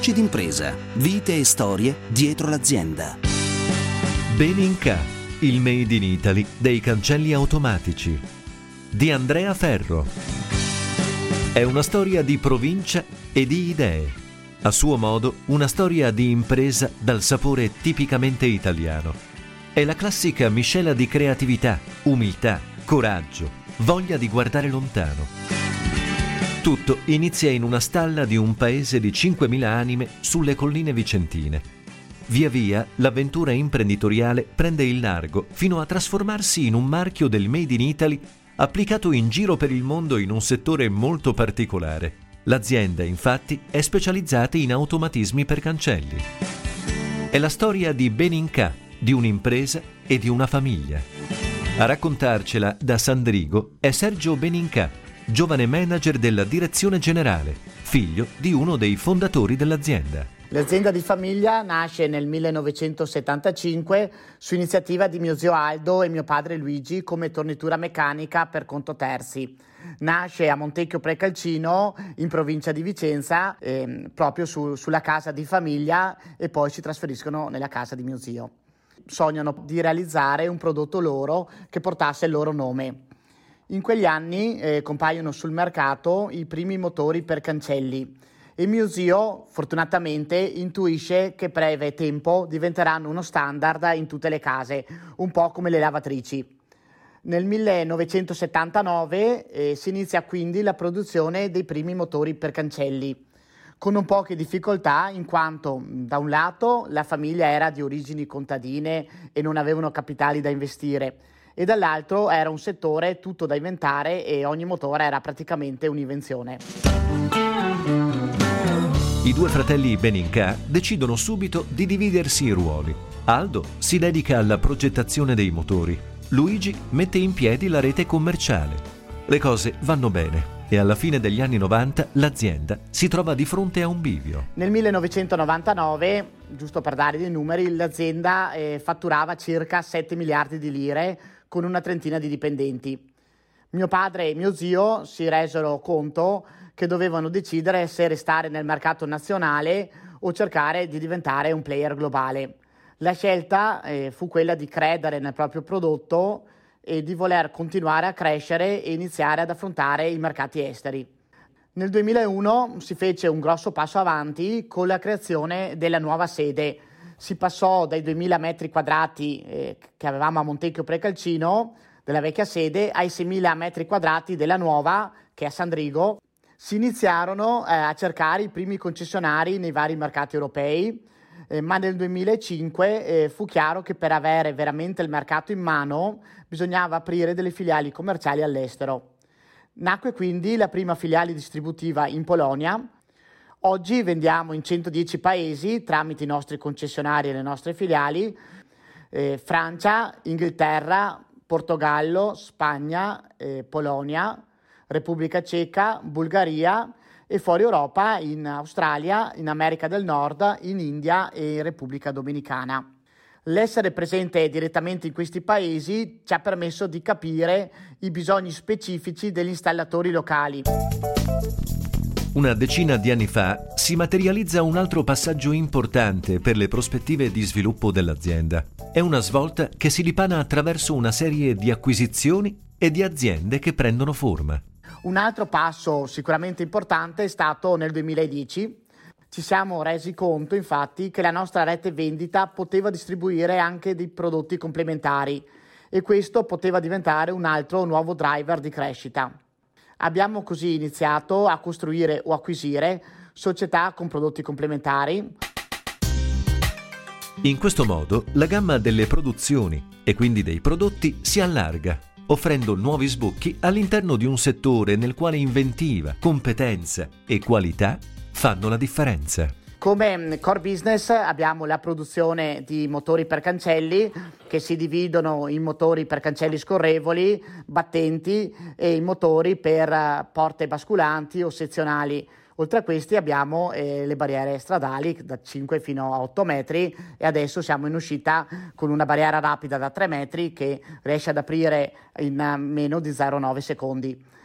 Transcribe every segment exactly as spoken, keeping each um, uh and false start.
Voci d'impresa, vite e storie dietro l'azienda. Beninca, il made in Italy dei cancelli automatici, di Andrea Ferro. È una storia di provincia e di idee. A suo modo, una storia di impresa dal sapore tipicamente italiano. È la classica miscela di creatività, umiltà, coraggio, voglia di guardare lontano. Tutto inizia in una stalla di un paese di cinquemila anime sulle colline vicentine. Via via l'avventura imprenditoriale prende il largo fino a trasformarsi in un marchio del Made in Italy applicato in giro per il mondo in un settore molto particolare. L'azienda, infatti, è specializzata in automatismi per cancelli. È la storia di Beninca, di un'impresa e di una famiglia. A raccontarcela da Sandrigo è Sergio Beninca, giovane manager della direzione generale, figlio di uno dei fondatori dell'azienda. L'azienda di famiglia nasce nel millenovecentosettantacinque su iniziativa di mio zio Aldo e mio padre Luigi come tornitura meccanica per conto terzi. Nasce a Montecchio Precalcino, in provincia di Vicenza, eh, proprio su, sulla casa di famiglia, e poi si trasferiscono nella casa di mio zio. Sognano di realizzare un prodotto loro che portasse il loro nome. In quegli anni eh, compaiono sul mercato i primi motori per cancelli e mio zio fortunatamente intuisce che breve tempo diventeranno uno standard in tutte le case, un po' come le lavatrici. Nel millenovecentosettantanove eh, si inizia quindi la produzione dei primi motori per cancelli, con non poche difficoltà in quanto da un lato la famiglia era di origini contadine e non avevano capitali da investire, e dall'altro era un settore tutto da inventare e ogni motore era praticamente un'invenzione. I due fratelli Beninca decidono subito di dividersi i ruoli. Aldo si dedica alla progettazione dei motori, Luigi mette in piedi la rete commerciale. Le cose vanno bene e alla fine degli anni novanta l'azienda si trova di fronte a un bivio. Nel millenovecentonovantanove, giusto per dare dei numeri, l'azienda eh, fatturava circa sette miliardi di lire con una trentina di dipendenti. Mio padre e mio zio si resero conto che dovevano decidere se restare nel mercato nazionale o cercare di diventare un player globale. La scelta eh, fu quella di credere nel proprio prodotto e di voler continuare a crescere e iniziare ad affrontare i mercati esteri. Nel duemilauno si fece un grosso passo avanti con la creazione della nuova sede. Si passò dai duemila metri quadrati eh, che avevamo a Montecchio Precalcino, della vecchia sede, ai seimila metri quadrati della nuova, che è a Sandrigo. Si iniziarono eh, a cercare i primi concessionari nei vari mercati europei, eh, ma nel duemilacinque eh, fu chiaro che per avere veramente il mercato in mano bisognava aprire delle filiali commerciali all'estero. Nacque quindi la prima filiale distributiva in Polonia. Oggi vendiamo in centodieci paesi tramite i nostri concessionari e le nostre filiali, eh, Francia, Inghilterra, Portogallo, Spagna, eh, Polonia, Repubblica Ceca, Bulgaria e fuori Europa in Australia, in America del Nord, in India e in Repubblica Dominicana. L'essere presente direttamente in questi paesi ci ha permesso di capire i bisogni specifici degli installatori locali. Una decina di anni fa si materializza un altro passaggio importante per le prospettive di sviluppo dell'azienda. È una svolta che si dipana attraverso una serie di acquisizioni e di aziende che prendono forma. Un altro passo sicuramente importante è stato nel duemiladieci. Ci siamo resi conto, infatti, che la nostra rete vendita poteva distribuire anche dei prodotti complementari e questo poteva diventare un altro nuovo driver di crescita. Abbiamo così iniziato a costruire o acquisire società con prodotti complementari. In questo modo la gamma delle produzioni e quindi dei prodotti si allarga, offrendo nuovi sbocchi all'interno di un settore nel quale inventiva, competenza e qualità fanno la differenza. Come core business abbiamo la produzione di motori per cancelli che si dividono in motori per cancelli scorrevoli, battenti e in motori per porte basculanti o sezionali. Oltre a questi abbiamo eh, le barriere stradali da cinque fino a otto metri e adesso siamo in uscita con una barriera rapida da tre metri che riesce ad aprire in meno di zero virgola nove secondi.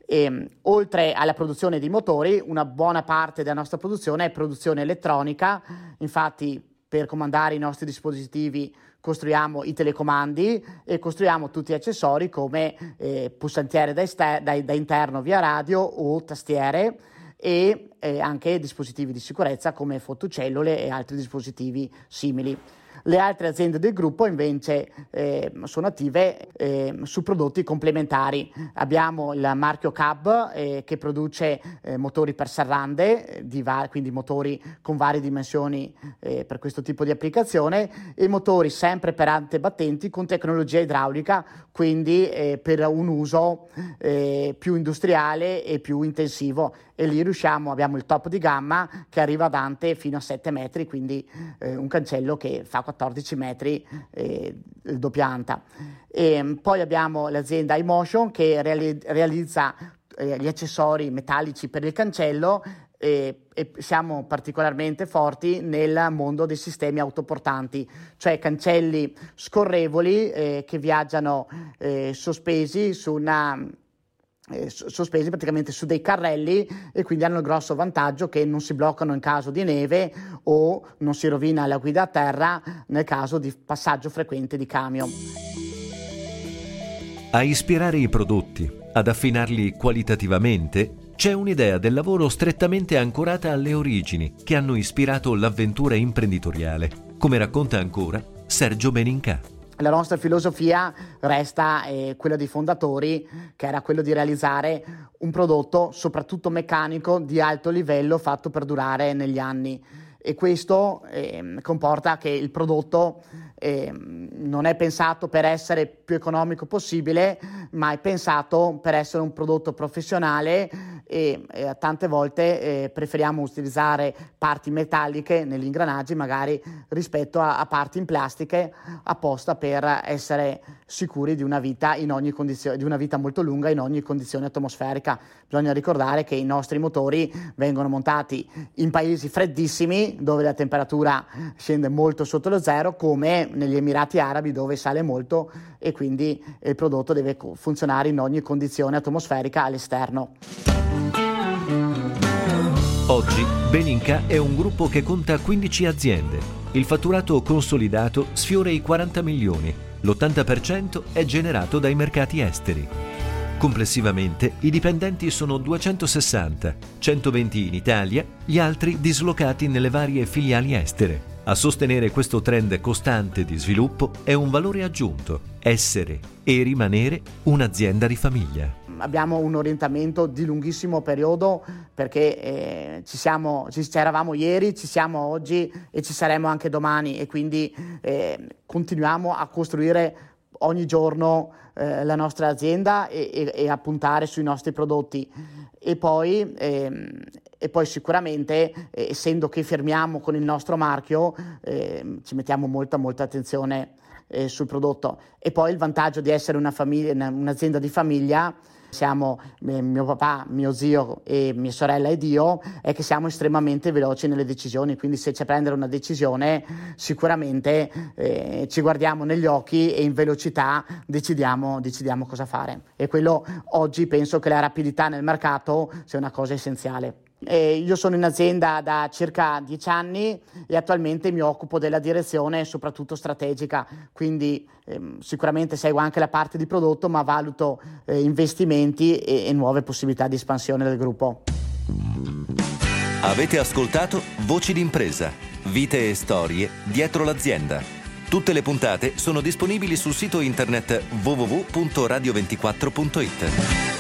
E, oltre alla produzione di motori, una buona parte della nostra produzione è produzione elettronica. Infatti, per comandare i nostri dispositivi costruiamo i telecomandi e costruiamo tutti gli accessori come eh, pulsantiere da, ester- da, da interno via radio o tastiere, e eh, anche dispositivi di sicurezza come fotocellule e altri dispositivi simili. Le altre aziende del gruppo invece eh, sono attive eh, su prodotti complementari. Abbiamo il marchio C A B eh, che produce eh, motori per serrande, di va- quindi motori con varie dimensioni eh, per questo tipo di applicazione, e motori sempre per ante battenti con tecnologia idraulica, quindi eh, per un uso eh, più industriale e più intensivo. E lì riusciamo, abbiamo il top di gamma che arriva ad ante fino a sette metri, quindi eh, un cancello che fa quattordici metri eh, il doppia anta. E poi abbiamo l'azienda iMotion che reali- realizza eh, gli accessori metallici per il cancello, e, e siamo particolarmente forti nel mondo dei sistemi autoportanti, cioè cancelli scorrevoli eh, che viaggiano eh, sospesi su una... Eh, sospesi praticamente su dei carrelli, e quindi hanno il grosso vantaggio che non si bloccano in caso di neve o non si rovina la guida a terra nel caso di passaggio frequente di camion. A ispirare i prodotti, ad affinarli qualitativamente, c'è un'idea del lavoro strettamente ancorata alle origini che hanno ispirato l'avventura imprenditoriale, come racconta ancora Sergio Benincà. La nostra filosofia resta eh, quella dei fondatori, che era quello di realizzare un prodotto soprattutto meccanico di alto livello fatto per durare negli anni, e questo eh, comporta che il prodotto eh, non è pensato per essere più economico possibile, ma è pensato per essere un prodotto professionale, e, e tante volte eh, preferiamo utilizzare parti metalliche negli ingranaggi magari rispetto a, a parti in plastiche, apposta per essere sicuri di una vita in ogni condizione, di una vita molto lunga in ogni condizione atmosferica. Bisogna ricordare che i nostri motori vengono montati in paesi freddissimi dove la temperatura scende molto sotto lo zero, come negli Emirati Arabi dove sale molto, e quindi il prodotto deve funzionare in ogni condizione atmosferica all'esterno. Oggi Benincà è un gruppo che conta quindici aziende. Il fatturato consolidato sfiora i quaranta milioni, l'ottanta per cento è generato dai mercati esteri. Complessivamente i dipendenti sono duecentosessanta, centoventi in Italia, gli altri dislocati nelle varie filiali estere. A sostenere questo trend costante di sviluppo è un valore aggiunto: essere e rimanere un'azienda di famiglia. Abbiamo un orientamento di lunghissimo periodo, perché eh, ci siamo, ci eravamo ieri, ci siamo oggi e ci saremo anche domani, e quindi eh, continuiamo a costruire ogni giorno eh, la nostra azienda e, e, e a puntare sui nostri prodotti. E poi, ehm, e poi sicuramente, eh, essendo che firmiamo con il nostro marchio, eh, ci mettiamo molta molta attenzione eh, sul prodotto. E poi il vantaggio di essere una famiglia, una, un'azienda di famiglia, siamo eh, mio papà, mio zio e mia sorella ed io, è che siamo estremamente veloci nelle decisioni, quindi se c'è prendere una decisione sicuramente eh, ci guardiamo negli occhi e in velocità decidiamo, decidiamo cosa fare. E quello oggi penso che la rapidità nel mercato sia una cosa essenziale. Eh, io sono in azienda da circa dieci anni e attualmente mi occupo della direzione soprattutto strategica, quindi ehm, sicuramente seguo anche la parte di prodotto, ma valuto eh, investimenti e, e nuove possibilità di espansione del gruppo. Avete ascoltato Voci d'impresa, vite e storie dietro l'azienda. Tutte le puntate sono disponibili sul sito internet w w w punto radio ventiquattro punto it.